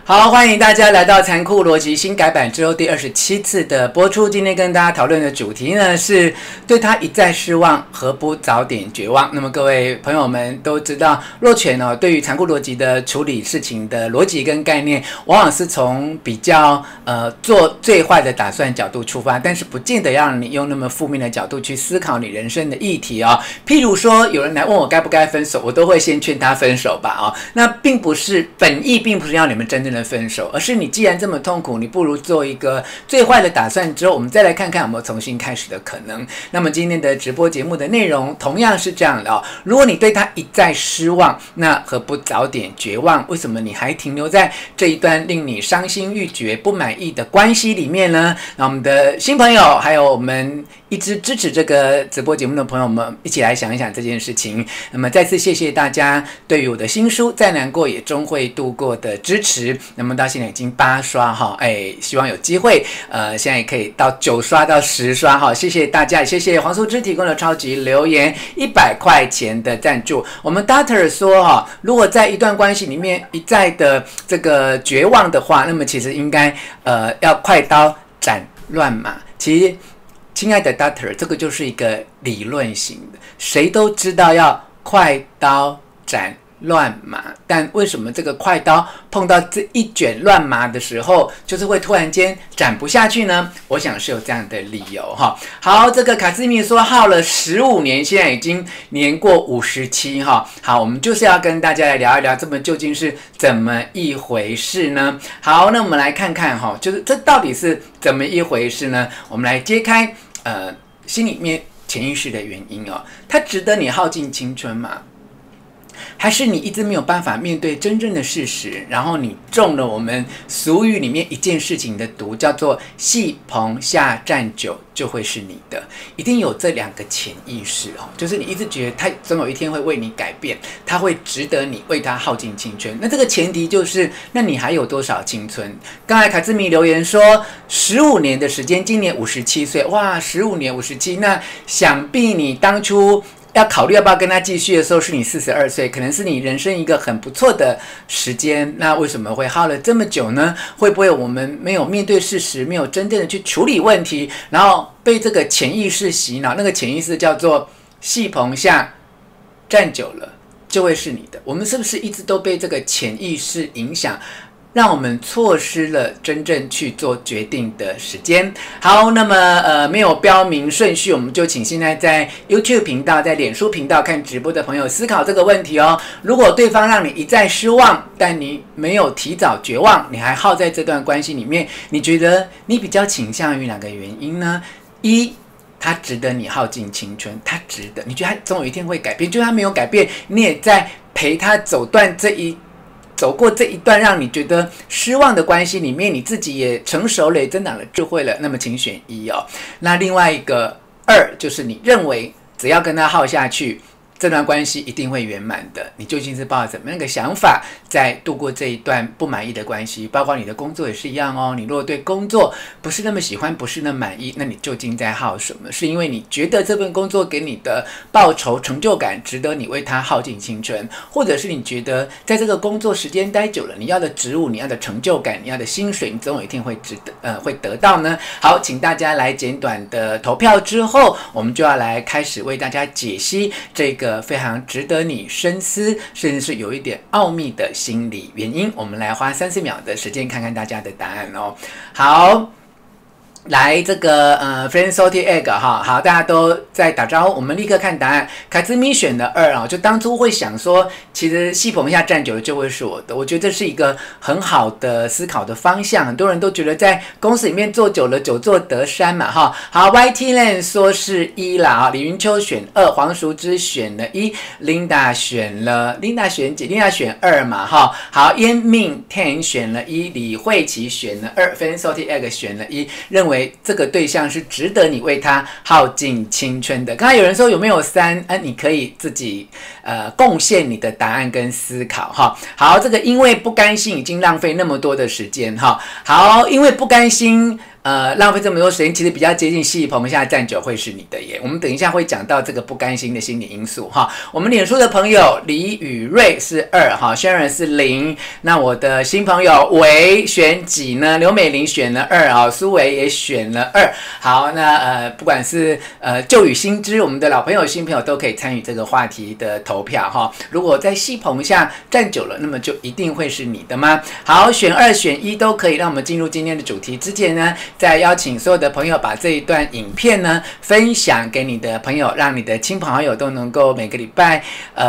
好，欢迎大家来到残酷逻辑新改版之后第27次的播出。今天跟大家讨论的主题呢是对他一再失望，何不早点绝望？那么各位朋友们都知道，若权对于残酷逻辑的处理事情的逻辑跟概念，往往是从比较做最坏的打算角度出发，但是不见得让你用那么负面的角度去思考你人生的议题哦。譬如说，有人来问我该不该分手，我都会先劝他分手吧哦。那并不是本意，并不是要你们真正的分手，而是你既然这么痛苦，你不如做一个最坏的打算之后，我们再来看看有没有重新开始的可能。那么今天的直播节目的内容同样是这样的哦。如果你对他一再失望，那何不早点绝望？为什么你还停留在这一段令你伤心欲绝、不满意的关系里面呢？那我们的新朋友，还有我们一直支持这个直播节目的朋友们，一起来想一想这件事情。那么再次谢谢大家对于我的新书《再难过也终会度过》的支持。那么到现在已经8刷哈，希望有机会现在也可以到9刷到10刷哈，谢谢大家，也谢谢黄素芝提供的超级留言100块钱的赞助。我们 Doctor 说哈，如果在一段关系里面一再的这个绝望的话，那么其实应该要快刀斩乱麻。其实亲爱的 Doctor， 这个就是一个理论型的，谁都知道要快刀斩乱麻，但为什么这个快刀碰到这一卷乱麻的时候，就是会突然间斩不下去呢？我想是有这样的理由哈。好，这个卡斯米说耗了15年，现在已经年过57哈。好，我们就是要跟大家来聊一聊，这么究竟是怎么一回事呢？好，那我们来看看哈，就是这到底是怎么一回事呢？我们来揭开心里面潜意识的原因哦。它值得你耗尽青春吗？还是你一直没有办法面对真正的事实，然后你中了我们俗语里面一件事情的毒，叫做戏棚下站久就会是你的。一定有这两个潜意识哦，就是你一直觉得他总有一天会为你改变，他会值得你为他耗尽青春。那这个前提就是，那你还有多少青春？刚才凯志米留言说15年的时间，今年57岁，哇，15年57，那想必你当初要考虑要不要跟他继续的时候是你42岁，可能是你人生一个很不错的时间。那为什么会耗了这么久呢？会不会我们没有面对事实，没有真正的去处理问题，然后被这个潜意识洗脑？那个潜意识叫做戏棚下站久了就会是你的。我们是不是一直都被这个潜意识影响，让我们错失了真正去做决定的时间？好，那么没有标明顺序，我们就请现在在 YouTube 频道、在脸书频道看直播的朋友思考这个问题哦。如果对方让你一再失望，但你没有提早绝望，你还耗在这段关系里面，你觉得你比较倾向于哪个原因呢？一，他值得你耗尽青春，他值得，你觉得他总有一天会改变，就算他没有改变，你也在陪他走过这一段让你觉得失望的关系里面，你自己也成熟了，也增长了智慧了，那么请选1哦。那另外一个2，就是你认为只要跟他耗下去，这段关系一定会圆满的。你究竟是抱着怎么样的想法在度过这一段不满意的关系？包括你的工作也是一样哦。你如果对工作不是那么喜欢，不是那么满意，那你究竟在耗什么？是因为你觉得这份工作给你的报酬成就感值得你为它耗尽青春，或者是你觉得在这个工作时间待久了，你要的职务、你要的成就感、你要的薪水，你总有一天会得到呢？好，请大家来简短的投票之后，我们就要来开始为大家解析这个非常值得你深思，甚至是有一点奥秘的心理原因。我们来花30秒的时间看看大家的答案哦。好，来这个Friend Salty Egg 哈，好，大家都在打招呼，我们立刻看答案。凯兹米选的2啊，就当初会想说，其实戏棚下站久了就会是我的。我觉得这是一个很好的思考的方向。很多人都觉得在公司里面做久了，久坐得山嘛哈。好 ，YT Land 说是1啦啊，李云秋选2，黄淑芝选了1，Linda 选2嘛哈。好，燕命 Ten 选了1，李慧琪选了2，Friend Salty Egg 选了1，认为这个对象是值得你为他耗尽青春的。刚才有人说有没有3？你可以自己贡献你的答案跟思考哈。好，这个因为不甘心已经浪费那么多的时间哈。好，因为不甘心浪费这么多时间，其实比较接近戏棚下站久会是你的耶。我们等一下会讲到这个不甘心的心理因素哈。我们脸书的朋友李宇瑞是2哈，Sharon 是0，那我的新朋友维选几呢？刘美玲选了2啊，苏维也选了2。好，那不管是旧与新知，我们的老朋友新朋友都可以参与这个话题的投票哈。如果在戏棚下站久了，那么就一定会是你的吗？好，选2选1都可以。让我们进入今天的主题之前呢，再邀请所有的朋友把这一段影片呢分享给你的朋友，让你的亲朋好友都能够每个礼拜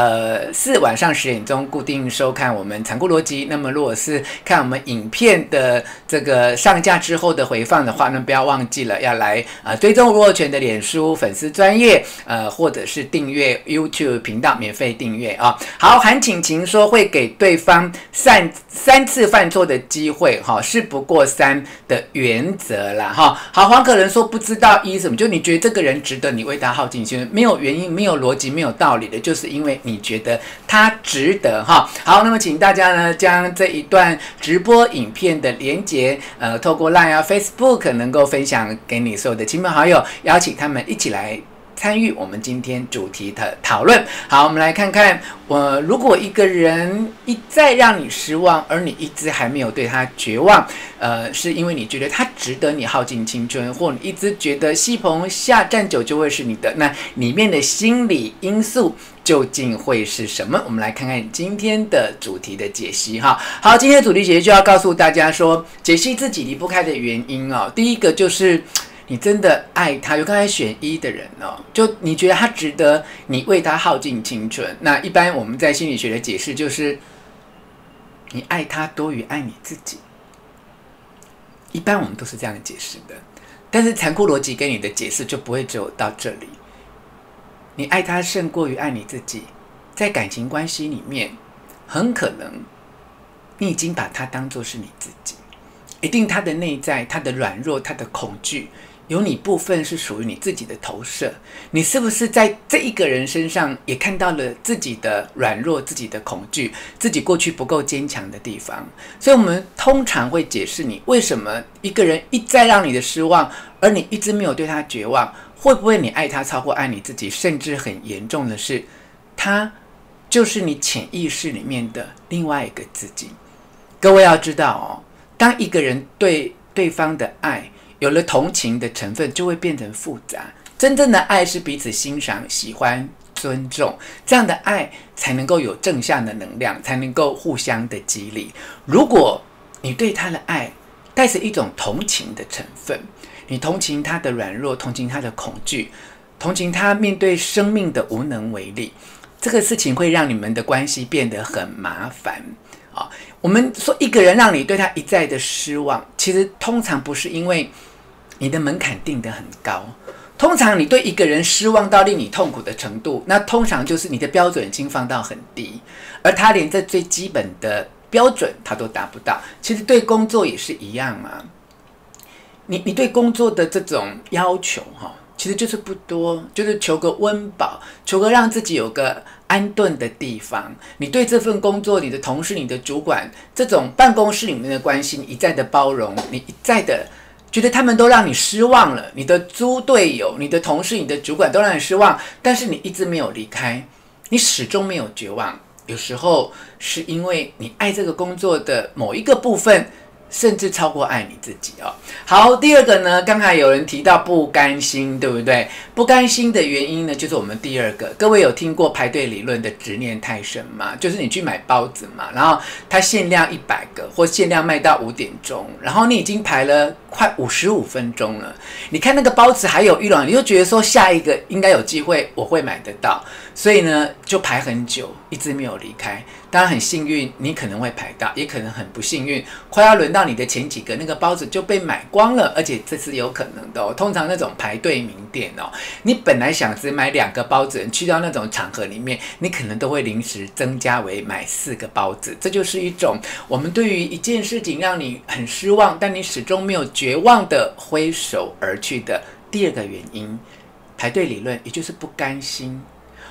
4晚上10点钟固定收看我们残酷逻辑。那么如果是看我们影片的这个上架之后的回放的话，那不要忘记了要来追踪吴若权的脸书粉丝专页或者是订阅 YouTube 频道，免费订阅啊。好，韩晴晴说会给对方三次犯错的机会哈，事不过3的原则啦哈。好，黄可人说不知道1什么，就你觉得这个人值得你为他耗尽心，没有原因、没有逻辑、没有道理的，就是因为你觉得他值得哈。好，那么请大家呢将这一段直播影片的连结透过 LINE 啊 Facebook 能够分享给你所有的亲朋好友，邀请他们一起来参与我们今天主题的讨论。好，我们来看看，如果一个人一再让你失望，而你一直还没有对他绝望，是因为你觉得他值得你耗尽青春，或你一直觉得戏棚下站久就会是你的，那里面的心理因素究竟会是什么？我们来看看今天的主题的解析哈。好，今天的主题解析就要告诉大家说，解析自己离不开的原因哦。第一个就是你真的爱他，有刚才选1的人哦，就你觉得他值得你为他耗尽青春。那一般我们在心理学的解释就是，你爱他多于爱你自己。一般我们都是这样解释的，但是残酷逻辑给你的解释就不会只有到这里。你爱他胜过于爱你自己，在感情关系里面，很可能你已经把他当作是你自己，一定他的内在、他的软弱、他的恐惧，有你部分是属于你自己的投射。你是不是在这一个人身上也看到了自己的软弱、自己的恐惧、自己过去不够坚强的地方？所以我们通常会解释你为什么一个人一再让你的失望，而你一直没有对他绝望，会不会你爱他超过爱你自己？甚至很严重的是，他就是你潜意识里面的另外一个自己。各位要知道哦，当一个人对对方的爱有了同情的成分，就会变成复杂。真正的爱是彼此欣赏、喜欢、尊重，这样的爱才能够有正向的能量，才能够互相的激励。如果你对他的爱带着一种同情的成分，你同情他的软弱，同情他的恐惧，同情他面对生命的无能为力，这个事情会让你们的关系变得很麻烦。我们说一个人让你对他一再的失望，其实通常不是因为你的门槛定得很高，通常你对一个人失望到令你痛苦的程度，那通常就是你的标准已经放到很低，而他连这最基本的标准他都达不到。其实对工作也是一样嘛，你对工作的这种要求其实就是不多，就是求个温饱，求个让自己有个安顿的地方。你对这份工作，你的同事、你的主管，这种办公室里面的关系，你一再的包容，你一再的觉得他们都让你失望了，你的猪队友、你的同事、你的主管都让你失望，但是你一直没有离开，你始终没有绝望。有时候是因为你爱这个工作的某一个部分，甚至超过爱你自己哦。好，第二个呢，刚才有人提到不甘心，对不对？不甘心的原因呢，就是我们第二个。各位有听过排队理论的执念太深吗？就是你去买包子嘛，然后它限量100个，或限量卖到5点钟，然后你已经排了快55分钟了。你看那个包子还有一笼，你就觉得说下一个应该有机会我会买得到，所以呢就排很久，一直没有离开。当然很幸运，你可能会排到，也可能很不幸运，快要轮到你的前几个，那个包子就被买光了，而且这是有可能的哦。通常那种排队名店哦，你本来想只买2个包子，去到那种场合里面，你可能都会临时增加为买4个包子。这就是一种我们对于一件事情让你很失望，但你始终没有绝望的挥手而去的第二个原因。排队理论也就是不甘心。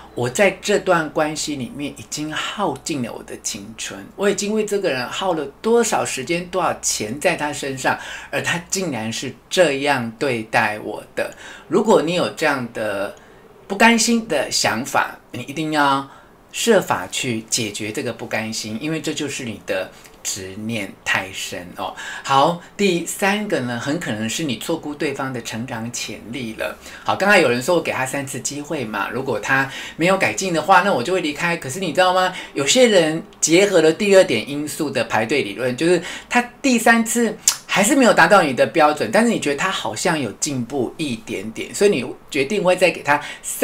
我在这段关系里面已经耗尽了我的青春，我已经为这个人耗了多少时间、多少钱在他身上，而他竟然是这样对待我的。如果你有这样的不甘心的想法，你一定要设法去解决这个不甘心，因为这就是你的执念太深哦。好，第3个呢，很可能是你错估对方的成长潜力了。好，刚才有人说我给他3次机会嘛，如果他没有改进的话，那我就会离开。可是你知道吗？有些人结合了第2点因素的排队理论，就是他第3次还是没有达到你的标准，但是你觉得他好像有进步一点点，所以你决定会再给他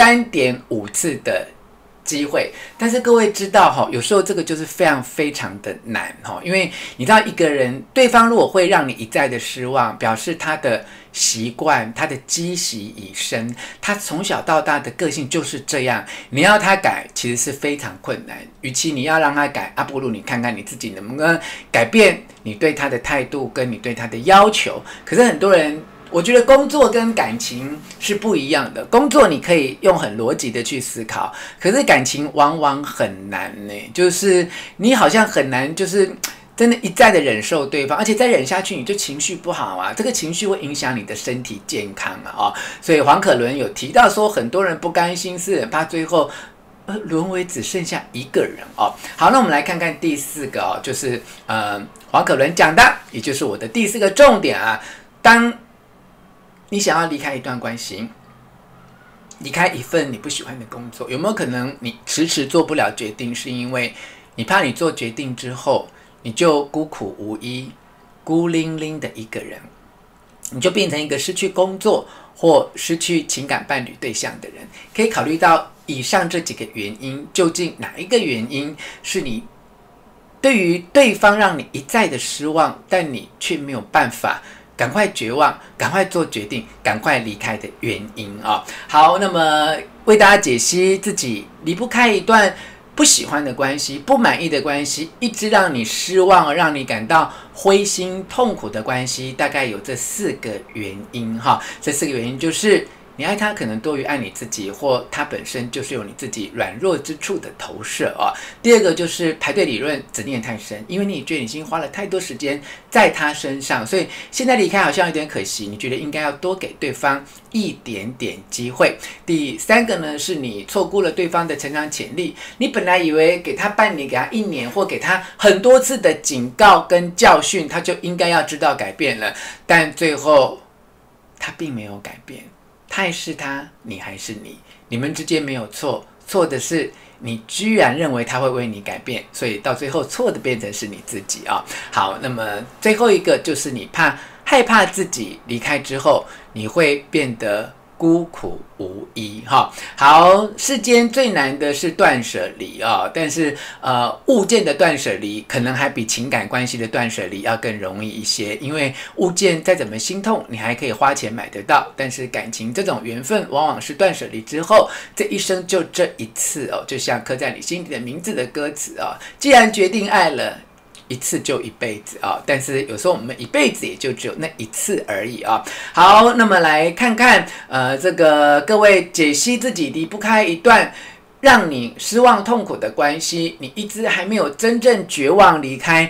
3.5次的机会。但是各位知道有时候这个就是非常非常的难，因为你知道一个人，对方如果会让你一再的失望，表示他的习惯，他的积习已深，他从小到大的个性就是这样，你要他改其实是非常困难。与其你要让他改，不如你看看你自己能不能改变你对他的态度跟你对他的要求。可是很多人，我觉得工作跟感情是不一样的。工作你可以用很逻辑的去思考，可是感情往往很难呢，就是你好像很难，就是真的一再的忍受对方，而且再忍下去你就情绪不好啊，这个情绪会影响你的身体健康啊。所以黄可伦有提到说，很多人不甘心是怕最后沦为只剩下一个人哦。好，那我们来看看第4个就是黄可伦讲的，也就是我的第4个重点啊。当你想要离开一段关系，离开一份你不喜欢的工作，有没有可能你迟迟做不了决定，是因为你怕你做决定之后，你就孤苦无依、孤零零的一个人，你就变成一个失去工作或失去情感伴侣对象的人？可以考虑到以上这几个原因，究竟哪一个原因是你对于对方让你一再的失望，但你却没有办法赶快绝望，赶快做决定，赶快离开的原因啊。好，那么为大家解析自己离不开一段不喜欢的关系、不满意的关系，一直让你失望、让你感到灰心痛苦的关系，大概有这4个原因哈。这4个原因就是你爱他可能多于爱你自己，或他本身就是有你自己软弱之处的投射啊。第2个就是排队理论，执念太深，因为你觉得你已经花了太多时间在他身上，所以现在离开好像有点可惜，你觉得应该要多给对方一点点机会。第3个呢，是你错估了对方的成长潜力，你本来以为给他半年、给他1年，或给他很多次的警告跟教训，他就应该要知道改变了，但最后他并没有改变。他还是他，你还是你，你们之间没有错，错的是你居然认为他会为你改变，所以到最后错的变成是你自己啊。好，那么最后一个就是你害怕自己离开之后，你会变得孤苦无依哈。好，世间最难的是断舍离啊，但是物件的断舍离可能还比情感关系的断舍离要更容易一些，因为物件再怎么心痛，你还可以花钱买得到，但是感情这种缘分，往往是断舍离之后，这一生就这一次哦，就像刻在你心底的名字的歌词啊，既然决定爱了，一次就一辈子啊，但是有时候我们一辈子也就只有那一次而已啊。好，那么来看看这个各位解析自己离不开一段让你失望痛苦的关系，你一直还没有真正绝望离开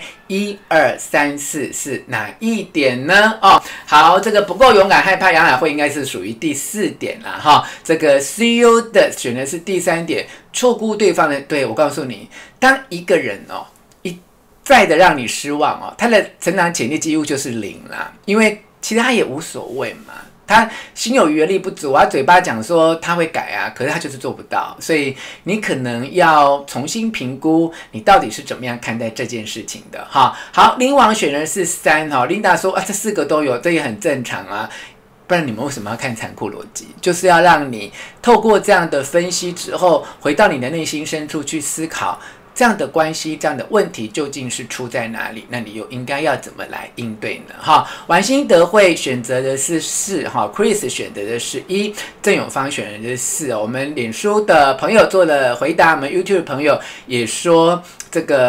，1、2、3、4是哪一点呢？好，这个不够勇敢、害怕养老会应该是属于第4点啦哈。这个 CEO 的选的是第3点，错估对方的。对，我告诉你，当一个人再的让你失望他的成长潜力几乎就是0啦，因为其实他也无所谓嘛，他心有余而力不足啊，嘴巴讲说他会改啊，可是他就是做不到，所以你可能要重新评估你到底是怎么样看待这件事情的哈。好，林王选的是3哈，Linda 说这4个都有，这也很正常啊。不然你们为什么要看残酷逻辑？就是要让你透过这样的分析之后，回到你的内心深处去思考，这样的关系，这样的问题究竟是出在哪里？那你又应该要怎么来应对呢？哈，玩心德会选择的是4哈 ，Chris 选择的是1，郑永芳选择的是4。我们脸书的朋友做了回答，我们 YouTube 的朋友也说这个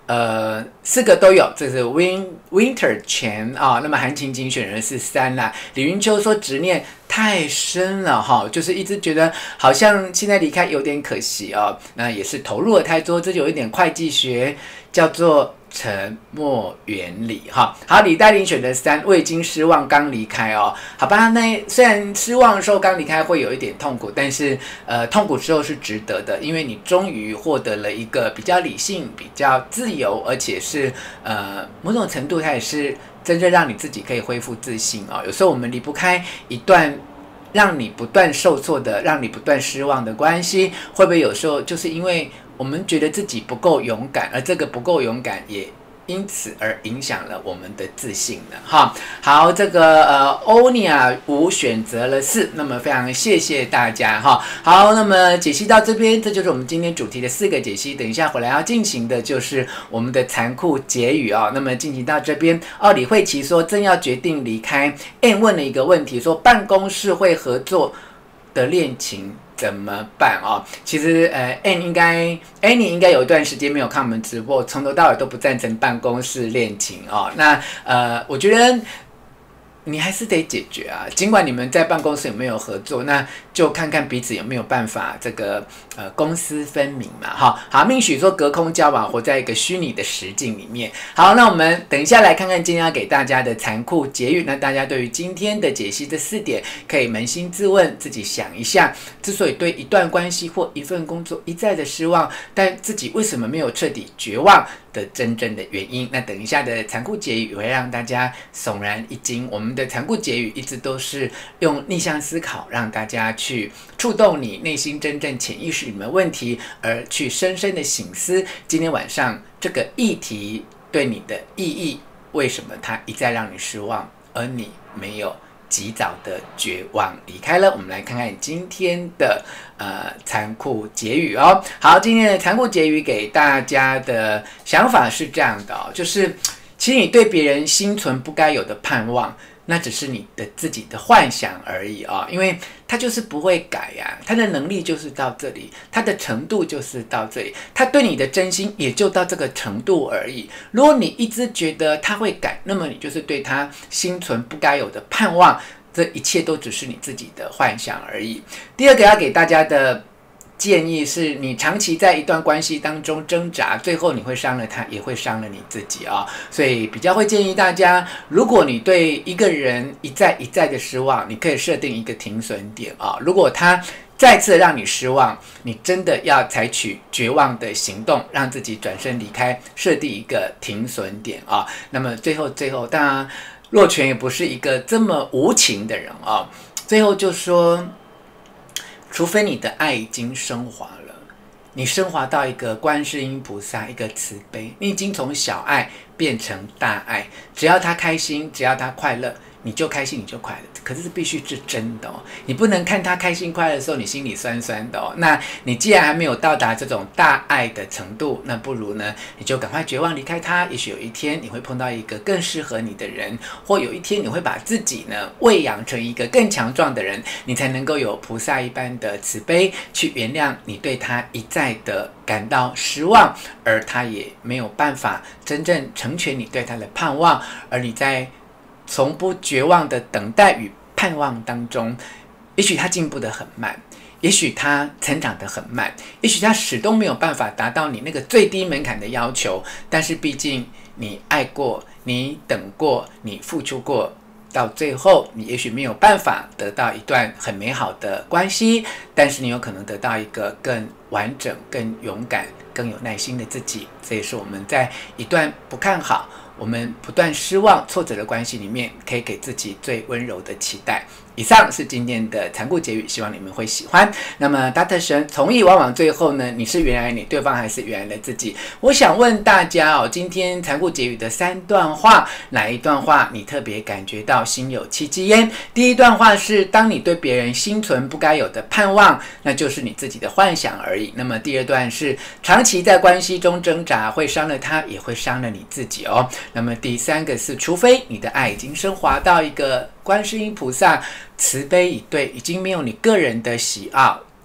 4个都有，这是 Winter 前啊。那么韩晴晴选人是3啦。李云秋说执念太深了哈，就是一直觉得好像现在离开有点可惜哦。那也是投入了太多，这就有一点会计学叫做沉没原理哈。好，李黛玲选的3，未经失望刚离开哦。好吧，那虽然失望的时候刚离开会有一点痛苦，但是痛苦之后是值得的，因为你终于获得了一个比较理性、比较自由，而且是某种程度它也是真正让你自己可以恢复自信哦。有时候我们离不开一段让你不断受挫的、让你不断失望的关系，会不会有时候就是因为我们觉得自己不够勇敢，而这个不够勇敢也因此而影响了我们的自信呢？哈，好，这个欧尼亚5选择了4，那么非常谢谢大家哈。好，那么解析到这边，这就是我们今天主题的4个解析。等一下回来要进行的就是我们的残酷结语啊。那么进行到这边，李慧琪说正要决定离开 ，N 问了一个问题，说办公室会合作的恋情怎么办哦？其实Annie 应该有一段时间没有看我们直播，从头到尾都不赞成办公室恋情哦。那我觉得你还是得解决啊，尽管你们在办公室有没有合作，那就看看彼此有没有办法这个公私分明嘛。好，命许说隔空交往，活在一个虚拟的实境里面。好，那我们等一下来看看今天要给大家的残酷结语。那大家对于今天的解析这4点，可以扪心自问，自己想一下，之所以对一段关系或一份工作一再的失望，但自己为什么没有彻底绝望的真正的原因？那等一下的残酷结语会让大家悚然一惊。我们的残酷结语一直都是用逆向思考，让大家去触动你内心真正潜意识里面的问题，而去深深的省思今天晚上这个议题对你的意义，为什么它一再让你失望，而你没有及早的绝望离开了。我们来看看今天的残酷结语哦。好，今天的残酷结语给大家的想法是这样的哦，就是其实你对别人心存不该有的盼望，那只是你的自己的幻想而已啊、因为他就是不会改呀、他的能力就是到这里，他的程度就是到这里，他对你的真心也就到这个程度而已。如果你一直觉得他会改，那么你就是对他心存不该有的盼望，这一切都只是你自己的幻想而已。第二个要给大家的建议是，你长期在一段关系当中挣扎，最后你会伤了他，也会伤了你自己啊、所以比较会建议大家，如果你对一个人一再的失望，你可以设定一个停损点啊、如果他再次让你失望，你真的要采取绝望的行动，让自己转身离开，设定一个停损点啊、那么最后，当然若泉也不是一个这么无情的人啊、最后就说，除非你的爱已经升华了，你升华到一个观世音菩萨，一个慈悲，你已经从小爱变成大爱，只要他开心，只要他快乐，你就开心，你就快乐。可是必须是真的哦，你不能看他开心快乐的时候，你心里酸酸的哦。那你既然还没有到达这种大爱的程度，那不如呢，你就赶快绝望离开他。也许有一天你会碰到一个更适合你的人，或有一天你会把自己呢喂养成一个更强壮的人，你才能够有菩萨一般的慈悲，去原谅你对他一再的感到失望，而他也没有办法真正成全你对他的盼望，而你在从不绝望的等待与盼望当中，也许他进步得很慢，也许他成长得很慢，也许他始终没有办法达到你那个最低门槛的要求，但是毕竟你爱过，你等过，你付出过，到最后你也许没有办法得到一段很美好的关系，但是你有可能得到一个更完整、更勇敢、更有耐心的自己。这也是我们在一段不看好、我们不断失望、挫折的关系里面，可以给自己最温柔的期待。以上是今天的残酷结语，希望你们会喜欢。那么达特神同意，往往最后呢，你是原来你，对方还是原来的自己。我想问大家哦，今天残酷结语的3段话，哪一段话你特别感觉到心有戚戚焉？第一段话是，当你对别人心存不该有的盼望，那就是你自己的幻想而已。那么第二段是，长期在关系中挣扎，会伤了他，也会伤了你自己哦。那么第3个是，除非你的爱已经升华到一个观世音菩萨慈悲以对，已经没有你个人的喜好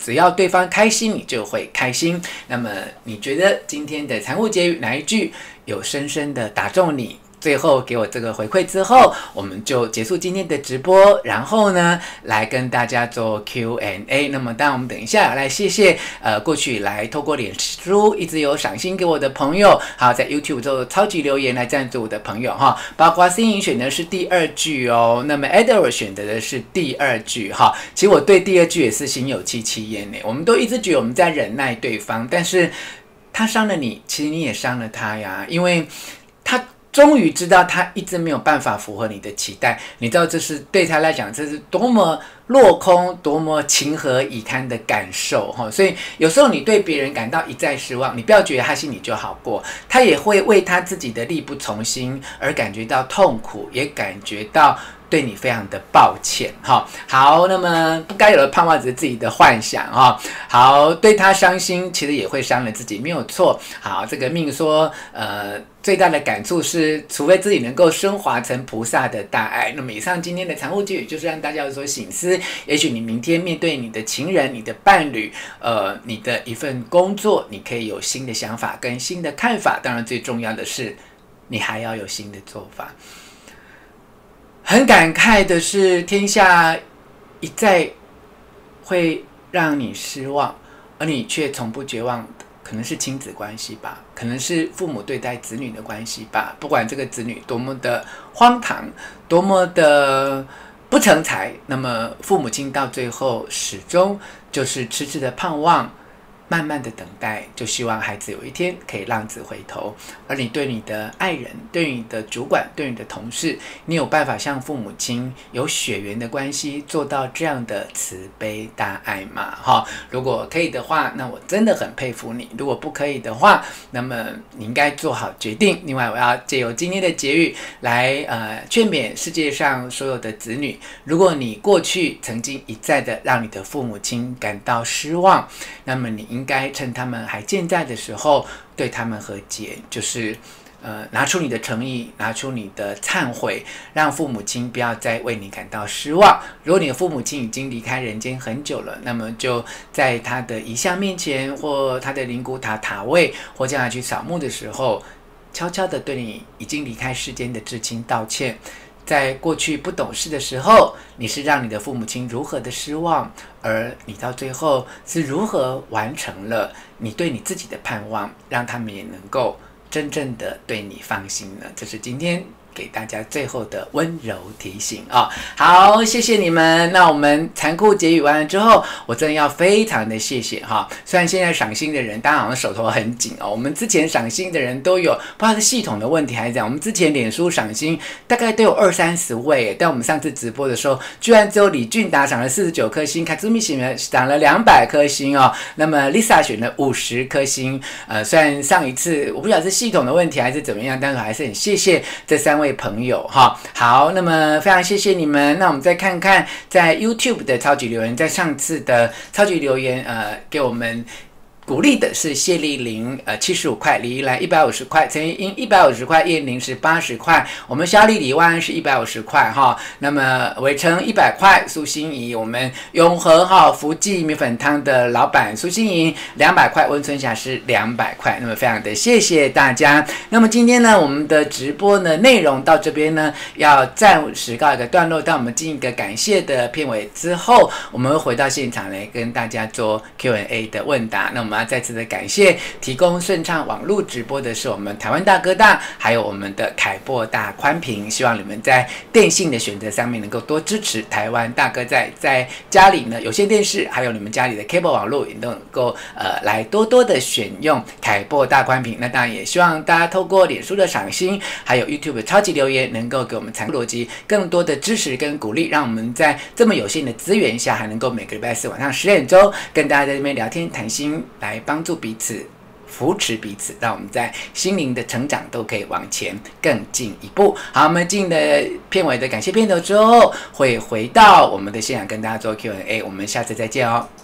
只要对方开心，你就会开心。那么你觉得今天的残酷结语哪一句有深深的打中你？最后给我这个回馈之后，我们就结束今天的直播，然后呢，来跟大家做 Q&A。那么当然我们等一下来谢谢过去以来透过脸书一直有赏心给我的朋友，还有在 YouTube 做超级留言来赞助我的朋友哈，包括新颖选的是第2句哦，那么 Edward 选择的是第2句哈。其实我对第2句也是心有戚戚焉呢。我们都一直觉得我们在忍耐对方，但是他伤了你，其实你也伤了他呀，因为他终于知道他一直没有办法符合你的期待，你知道这是对他来讲这是多么落空多么情何以堪的感受哈。所以有时候你对别人感到一再失望，你不要觉得他心里就好过，他也会为他自己的力不从心而感觉到痛苦，也感觉到对你非常的抱歉哈。好，那么不该有的盼望只是自己的幻想哈。好，对他伤心其实也会伤了自己，没有错。好，这个命说最大的感触是，除非自己能够升华成菩萨的大爱。那么以上今天的残酷结语就是让大家有所省思。也许你明天面对你的情人、你的伴侣、你的一份工作，你可以有新的想法跟新的看法。当然最重要的是，你还要有新的做法。很感慨的是，天下一再会让你失望，而你却从不绝望。可能是亲子关系吧，可能是父母对待子女的关系吧。不管这个子女多么的荒唐，多么的不成才，那么父母亲到最后始终就是痴痴的盼望，慢慢的等待，就希望孩子有一天可以浪子回头。而你对你的爱人、对你的主管、对你的同事，你有办法像父母亲有血缘的关系做到这样的慈悲大爱吗？如果可以的话，那我真的很佩服你。如果不可以的话，那么你应该做好决定。另外，我要借由今天的结语来劝勉世界上所有的子女，如果你过去曾经一再的让你的父母亲感到失望，那么你应该趁他们还健在的时候对他们和解，就是拿出你的诚意，拿出你的忏悔，让父母亲不要再为你感到失望。如果你的父母亲已经离开人间很久了，那么就在他的遗像面前，或他的灵骨塔塔位，或将来去扫墓的时候，悄悄地对你已经离开世间的至亲道歉。在过去不懂事的时候，你是让你的父母亲如何的失望，而你到最后是如何完成了你对你自己的盼望，让他们也能够真正的对你放心呢？这是今天给大家最后的温柔提醒啊！好，谢谢你们。那我们残酷结语完了之后，我真的要非常的谢谢哈。虽然现在赏心的人，大家好像手头很紧哦。我们之前赏心的人都有，不知道是系统的问题还是怎样。我们之前脸书赏心大概都有20-30位，但我们上次直播的时候，居然只有李俊达赏了49颗星，卡兹米赏了200颗星哦。那么 Lisa 选了50颗星。虽然上一次我不晓得是系统的问题还是怎么样，但是我还是很谢谢这3位朋友哈。好，那么非常谢谢你们。那我们再看看在 YouTube 的超级留言，在上次的超级留言给我们鼓励的是谢丽玲75块，李依兰150块，陈英150块，叶玲是80块，我们肖丽李万是150块哈。那么伟成100块，苏心怡，我们永和福记米粉汤的老板苏心怡200块，温春霞是200块。那么非常的谢谢大家。那么今天呢，我们的直播呢内容到这边呢要暂时告一个段落，当我们进一个感谢的片尾之后，我们会回到现场来跟大家做 Q&A 的问答。那我们要再次的感谢提供顺畅网络直播的是我们台湾大哥大，还有我们的凯擘大宽屏。希望你们在电信的选择上面能够多支持台湾大哥在家里呢有线电视，还有你们家里的 cable 网络也都能够来多多的选用凯擘大宽屏。那当然也希望大家透过脸书的赏心，还有 YouTube 的超级留言，能够给我们残酷逻辑更多的支持跟鼓励，让我们在这么有限的资源下，还能够每个礼拜4晚上10点钟跟大家在这边聊天谈心，来帮助彼此，扶持彼此，让我们在心灵的成长都可以往前更进一步。好，我们进的片尾的感谢片头之后，会回到我们的现场跟大家做 Q&A， 我们下次再见哦。